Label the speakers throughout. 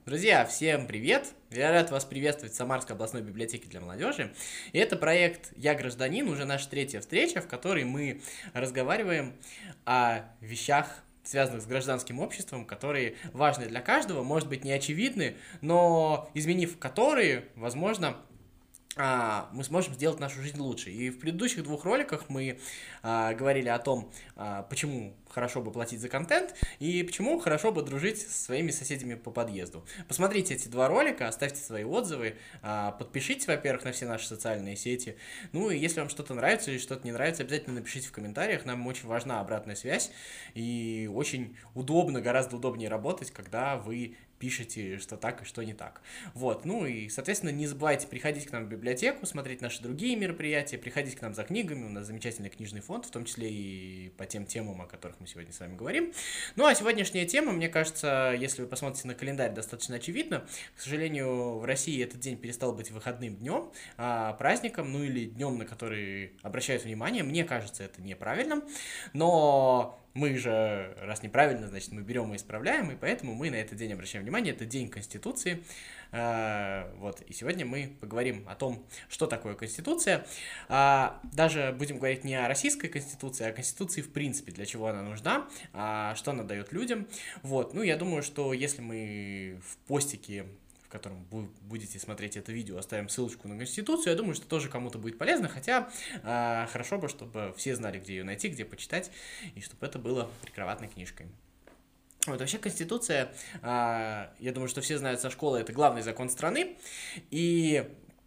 Speaker 1: Друзья, всем привет! Я рад вас приветствовать в Самарской областной библиотеке для молодежи. И это проект «Я гражданин», уже наша третья встреча, в которой мы разговариваем о вещах, связанных с гражданским обществом, которые важны для каждого, может быть, не очевидны, но изменив которые, возможно, мы сможем сделать нашу жизнь лучше. И в предыдущих двух роликах мы говорили о том, почему хорошо бы платить за контент и почему хорошо бы дружить со своими соседями по подъезду. Посмотрите эти два ролика, оставьте свои отзывы, подпишитесь, во-первых, на все наши социальные сети. Ну и если вам что-то нравится или что-то не нравится, обязательно напишите в комментариях, нам очень важна обратная связь и очень удобно, гораздо удобнее работать, когда вы пишите, что так и что не так. Вот, ну и, соответственно, не забывайте приходить к нам в библиотеку, смотреть наши другие мероприятия, приходить к нам за книгами, у нас замечательный книжный фонд, в том числе и по тем темам, о которых мы сегодня с вами говорим. Ну а сегодняшняя тема, мне кажется, если вы посмотрите на календарь, достаточно очевидна. К сожалению, в России этот день перестал быть выходным днем, праздником, ну или днем, на который обращают внимание. Мне кажется, это неправильным, но мы же, раз неправильно, значит, мы берем и исправляем, и поэтому мы на этот день обращаем внимание. Это День Конституции. Вот, и сегодня мы поговорим о том, что такое Конституция. Даже будем говорить не о российской Конституции, а о Конституции в принципе, для чего она нужна, что она дает людям. Вот, ну, я думаю, что если мы в постике, в котором вы будете смотреть это видео, оставим ссылочку на Конституцию, я думаю, что тоже кому-то будет полезно, хотя хорошо бы, чтобы все знали, где ее найти, где почитать, и чтобы это было прикроватной книжкой. Вот, вообще Конституция, я думаю, что все знают со школы, это главный закон страны, и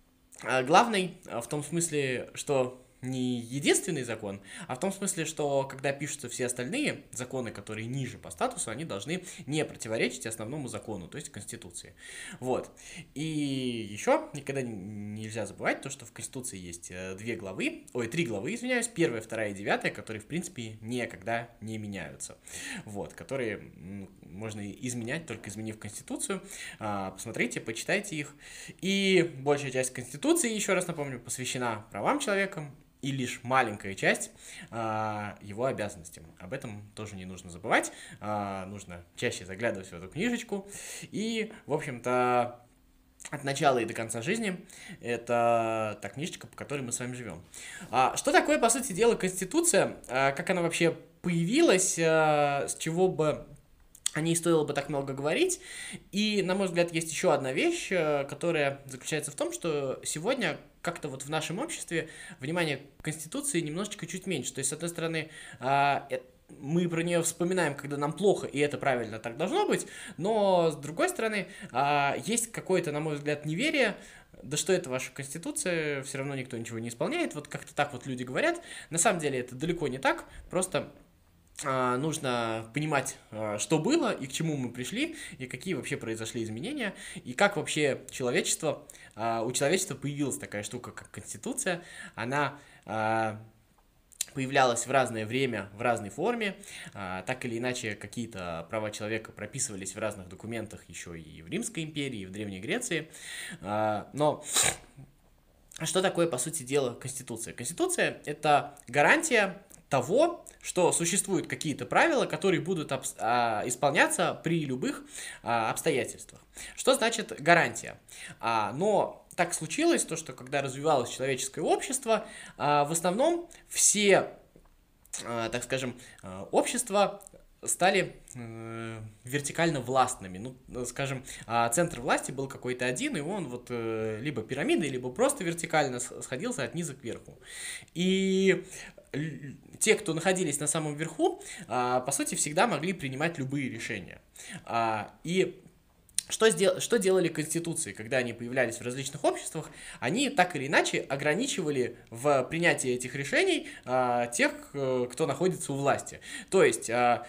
Speaker 1: главный в том смысле, что не единственный закон, а в том смысле, что когда пишутся все остальные законы, которые ниже по статусу, они должны не противоречить основному закону, то есть Конституции. Вот. И еще никогда нельзя забывать то, что в Конституции есть три главы, извиняюсь, первая, вторая и девятая, которые, в принципе, никогда не меняются. Вот, которые можно изменять, только изменив Конституцию. Посмотрите, почитайте их. И большая часть Конституции, еще раз напомню, посвящена правам человека, и лишь маленькая часть его обязанностям. Об этом тоже не нужно забывать. Нужно чаще заглядывать в эту книжечку. И, в общем-то, от начала и до конца жизни это та книжечка, по которой мы с вами живем. Что такое, по сути дела, Конституция? Как она вообще появилась? С чего бы о ней стоило бы так много говорить. И, на мой взгляд, есть еще одна вещь, которая заключается в том, что сегодня как-то вот в нашем обществе внимание к Конституции немножечко чуть меньше. То есть, с одной стороны, мы про нее вспоминаем, когда нам плохо, и это правильно так должно быть, но, с другой стороны, есть какое-то, на мой взгляд, неверие, да что это ваша Конституция, все равно никто ничего не исполняет, вот как-то так вот люди говорят. На самом деле это далеко не так, просто нужно понимать, что было и к чему мы пришли, и какие вообще произошли изменения, и как вообще у человечества появилась такая штука, как Конституция. Она появлялась в разное время, в разной форме, так или иначе какие-то права человека прописывались в разных документах еще и в Римской империи, и в Древней Греции, но что такое, по сути дела, Конституция? Конституция – это гарантия того, что существуют какие-то правила, которые будут исполняться при любых обстоятельствах. Что значит гарантия? Но так случилось, то, что когда развивалось человеческое общество, в основном все, так скажем, общества стали вертикально властными. Ну, скажем, центр власти был какой-то один, и он вот либо пирамидой, либо просто вертикально сходился от низа к верху. И те, кто находились на самом верху, по сути, всегда могли принимать любые решения. И что делали конституции, когда они появлялись в различных обществах? Они так или иначе ограничивали в принятии этих решений тех, кто находится у власти. То есть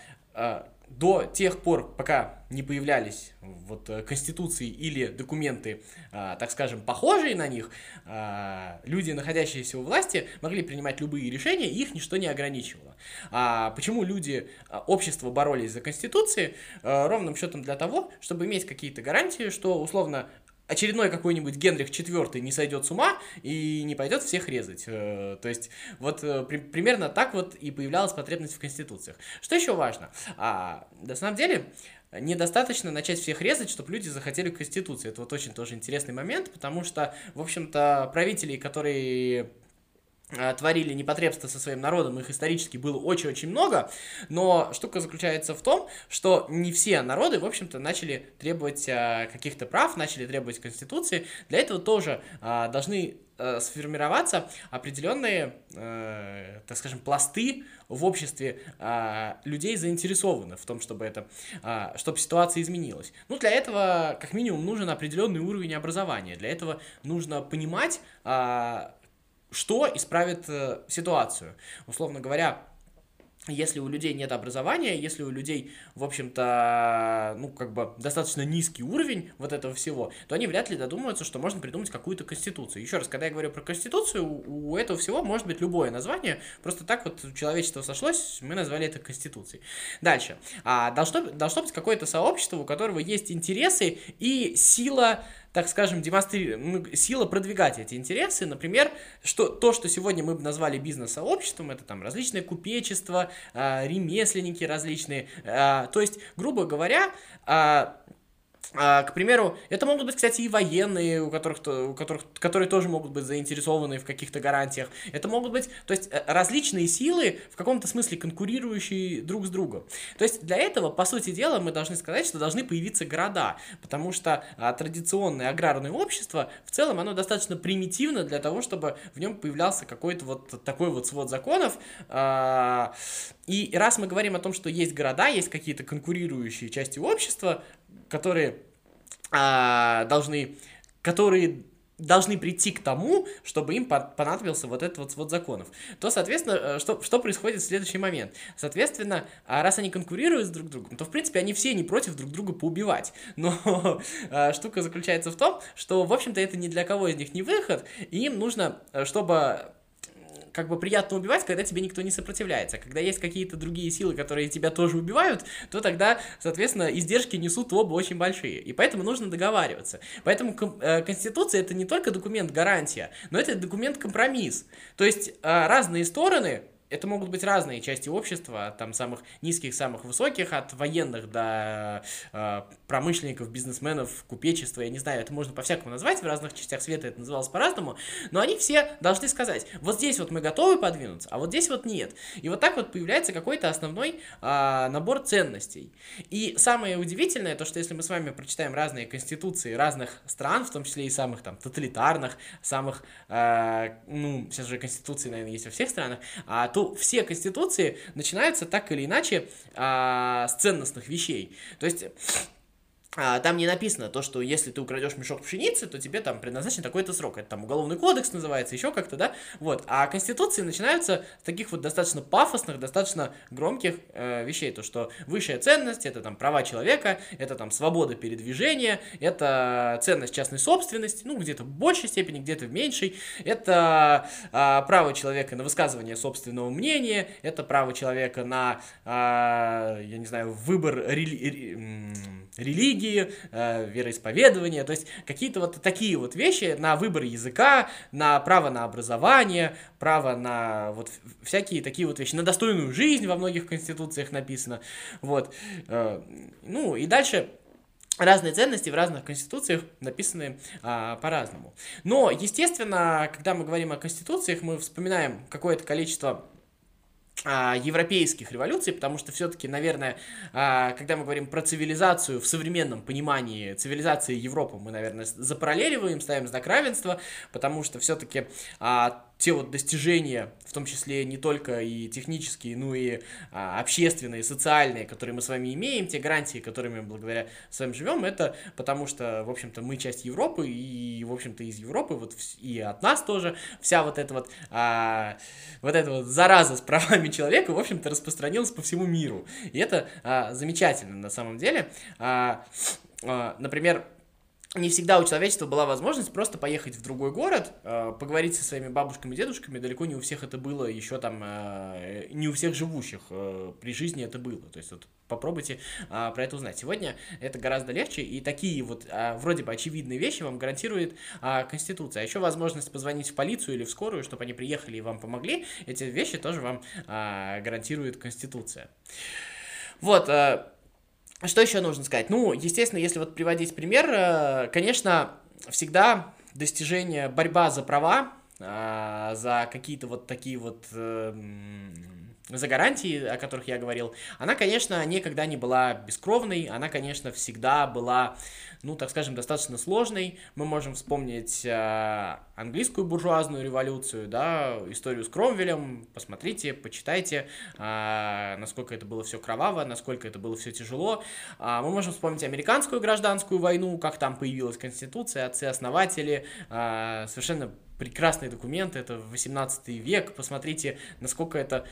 Speaker 1: до тех пор, пока не появлялись вот конституции или документы, так скажем, похожие на них, люди, находящиеся у власти, могли принимать любые решения, и их ничто не ограничивало. Почему люди, общество боролись за конституции? Ровным счетом для того, чтобы иметь какие-то гарантии, что, условно, очередной какой-нибудь Генрих IV не сойдет с ума и не пойдет всех резать. То есть, вот примерно так вот и появлялась потребность в конституциях. Что еще важно? На самом деле, недостаточно начать всех резать, чтобы люди захотели Конституцию. Это вот очень тоже интересный момент, потому что, в общем-то, правителей, которые творили непотребство со своим народом, их исторически было очень-очень много, но штука заключается в том, что не все народы, в общем-то, начали требовать каких-то прав, начали требовать Конституции. Для этого тоже должны сформироваться определенные, так скажем, пласты в обществе людей, заинтересованных в том, чтобы чтобы ситуация изменилась. Ну, для этого, как минимум, нужен определенный уровень образования. Для этого нужно понимать, что исправит ситуацию. Условно говоря, если у людей нет образования, если у людей, в общем-то, достаточно низкий уровень вот этого всего, то они вряд ли додумаются, что можно придумать какую-то конституцию. Еще раз, когда я говорю про конституцию, у этого всего может быть любое название, просто так вот человечество сошлось, мы назвали это конституцией. Дальше. Должно быть какое-то сообщество, у которого есть интересы и сила, так скажем, сила продвигать эти интересы. Например, то, что сегодня мы бы назвали бизнес-сообществом, это там различные купечества, ремесленники различные. То есть, грубо говоря, к примеру, это могут быть, кстати, и военные, которые тоже могут быть заинтересованы в каких-то гарантиях. Это могут быть, то есть, различные силы, в каком-то смысле конкурирующие друг с другом. То есть, для этого, по сути дела, мы должны сказать, что должны появиться города, потому что традиционное аграрное общество, в целом, оно достаточно примитивно для того, чтобы в нем появлялся какой-то вот такой вот свод законов. И раз мы говорим о том, что есть города, есть какие-то конкурирующие части общества, которые должны прийти к тому, чтобы им понадобился вот этот вот свод законов, то, соответственно, что происходит в следующий момент? Соответственно, раз они конкурируют с друг другом, то, в принципе, они все не против друг друга поубивать. Но штука заключается в том, что, в общем-то, это ни для кого из них не выход, и им нужно, чтобы приятно убивать, когда тебе никто не сопротивляется. Когда есть какие-то другие силы, которые тебя тоже убивают, то тогда, соответственно, издержки несут оба очень большие. И поэтому нужно договариваться. Поэтому Конституция — это не только документ-гарантия, но это документ-компромисс. То есть разные стороны... Это могут быть разные части общества, от там самых низких, самых высоких, от военных до промышленников, бизнесменов, купечества, я не знаю, это можно по-всякому назвать, в разных частях света это называлось по-разному, но они все должны сказать, вот здесь вот мы готовы подвинуться, а вот здесь вот нет. И вот так вот появляется какой-то основной набор ценностей. И самое удивительное, то, что если мы с вами прочитаем разные конституции разных стран, в том числе и самых там тоталитарных, самых, сейчас же конституции, наверное, есть во всех странах, то все конституции начинаются так или иначе с ценностных вещей. То есть там не написано то, что если ты украдешь мешок пшеницы, то тебе там предназначен такой-то срок. Это там уголовный кодекс называется, еще как-то, да? Вот. А конституции начинаются с таких вот достаточно пафосных, достаточно громких вещей. То, что высшая ценность — это там права человека, это там свобода передвижения, это ценность частной собственности, где-то в большей степени, где-то в меньшей. Это право человека на высказывание собственного мнения, это право человека на, я не знаю, выбор религии, вероисповедования, то есть какие-то вот такие вот вещи, на выбор языка, на право на образование, право на вот всякие такие вот вещи, на достойную жизнь во многих конституциях написано, вот, и дальше разные ценности в разных конституциях написаны по-разному. Но, естественно, когда мы говорим о конституциях, мы вспоминаем какое-то количество европейских революций, потому что все-таки, наверное, когда мы говорим про цивилизацию в современном понимании цивилизации Европы, мы, наверное, запараллеливаем, ставим знак равенства, потому что все-таки те вот достижения, в том числе не только и технические, но и общественные, социальные, которые мы с вами имеем, те гарантии, которыми мы благодаря с вами живем, это потому что, в общем-то, мы часть Европы, и, в общем-то, из Европы, вот и от нас тоже, вся вот эта вот зараза с правами человека, в общем-то, распространилась по всему миру. И это замечательно на самом деле. Например, не всегда у человечества была возможность просто поехать в другой город, поговорить со своими бабушками и дедушками, далеко не у всех это было, еще там, не у всех живущих при жизни это было, то есть вот попробуйте про это узнать. Сегодня это гораздо легче, и такие вот вроде бы очевидные вещи вам гарантирует Конституция. А еще возможность позвонить в полицию или в скорую, чтобы они приехали и вам помогли, эти вещи тоже вам гарантирует Конституция. Вот, Что еще нужно сказать? Ну, естественно, если вот приводить пример, конечно, всегда достижение, борьба за права, за какие-то вот такие вот за гарантии, о которых я говорил, она, конечно, никогда не была бескровной, она, конечно, всегда была, ну, так скажем, достаточно сложной. Мы можем вспомнить английскую буржуазную революцию, да, историю с Кромвелем, посмотрите, почитайте, насколько это было все кроваво, насколько это было все тяжело. Мы можем вспомнить американскую гражданскую войну, как там появилась Конституция, отцы-основатели, совершенно прекрасный документ, это 18 век, посмотрите, насколько это,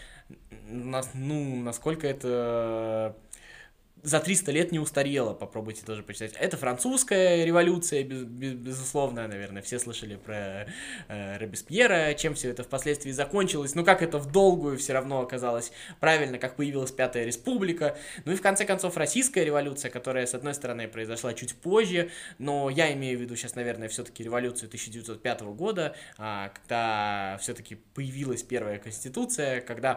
Speaker 1: ну, насколько это за 300 лет не устарело, попробуйте тоже почитать. Это французская революция, безусловно, наверное, все слышали про Робеспьера, чем все это впоследствии закончилось, но как это в долгую все равно оказалось правильно, как появилась Пятая Республика, ну и в конце концов Российская революция, которая, с одной стороны, произошла чуть позже, но я имею в виду сейчас, наверное, все-таки революцию 1905 года, когда все-таки появилась первая Конституция, когда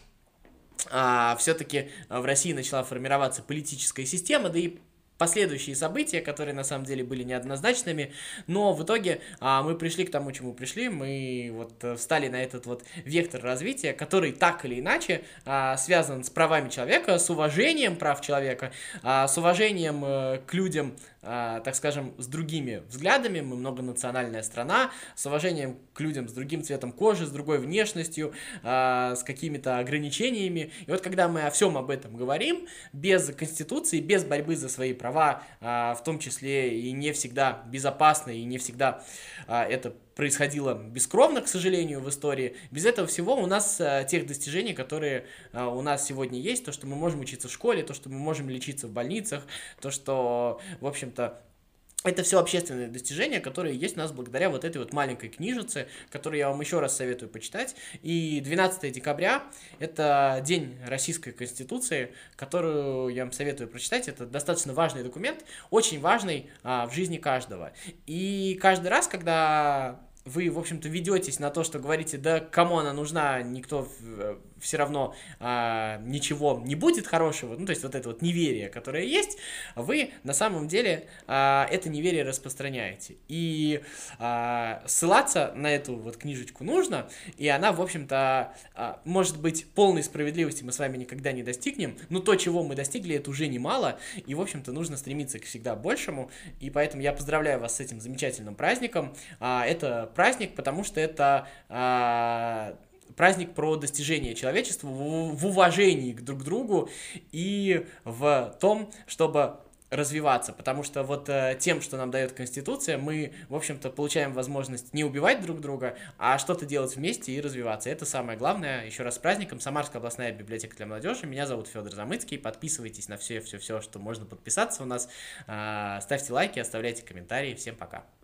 Speaker 1: все-таки в России начала формироваться политическая система, да и последующие события, которые на самом деле были неоднозначными, но в итоге мы пришли к тому, чему пришли, мы вот встали на этот вот вектор развития, который так или иначе связан с правами человека, с уважением прав человека, с уважением к людям, так скажем, с другими взглядами, мы многонациональная страна, с уважением к людям с другим цветом кожи, с другой внешностью, с какими-то ограничениями. И вот когда мы о всем об этом говорим, без Конституции, без борьбы за свои права, в том числе и не всегда безопасно, и не всегда это происходило бескровно, к сожалению, в истории. Без этого всего у нас тех достижений, которые у нас сегодня есть, то, что мы можем учиться в школе, то, что мы можем лечиться в больницах, то, что, в общем-то, это все общественные достижения, которые есть у нас благодаря вот этой вот маленькой книжице, которую я вам еще раз советую почитать. И 12 декабря – это День Российской Конституции, которую я вам советую прочитать. Это достаточно важный документ, очень важный в жизни каждого. И каждый раз, когда вы, в общем-то, ведетесь на то, что говорите, да кому она нужна, никто все равно ничего не будет хорошего, ну, то есть вот это вот неверие, которое есть, вы на самом деле это неверие распространяете. И ссылаться на эту вот книжечку нужно, и она, в общем-то, может быть, полной справедливости мы с вами никогда не достигнем, но то, чего мы достигли, это уже немало, и, в общем-то, нужно стремиться к всегда большему, и поэтому я поздравляю вас с этим замечательным праздником. Это праздник, потому что это праздник про достижение человечества в уважении друг к другу и в том, чтобы развиваться, потому что вот тем, что нам дает Конституция, мы, в общем-то, получаем возможность не убивать друг друга, а что-то делать вместе и развиваться. Это самое главное. Еще раз с праздником. Самарская областная библиотека для молодежи. Меня зовут Федор Замыцкий. Подписывайтесь на все, что можно подписаться у нас. Ставьте лайки, оставляйте комментарии. Всем пока.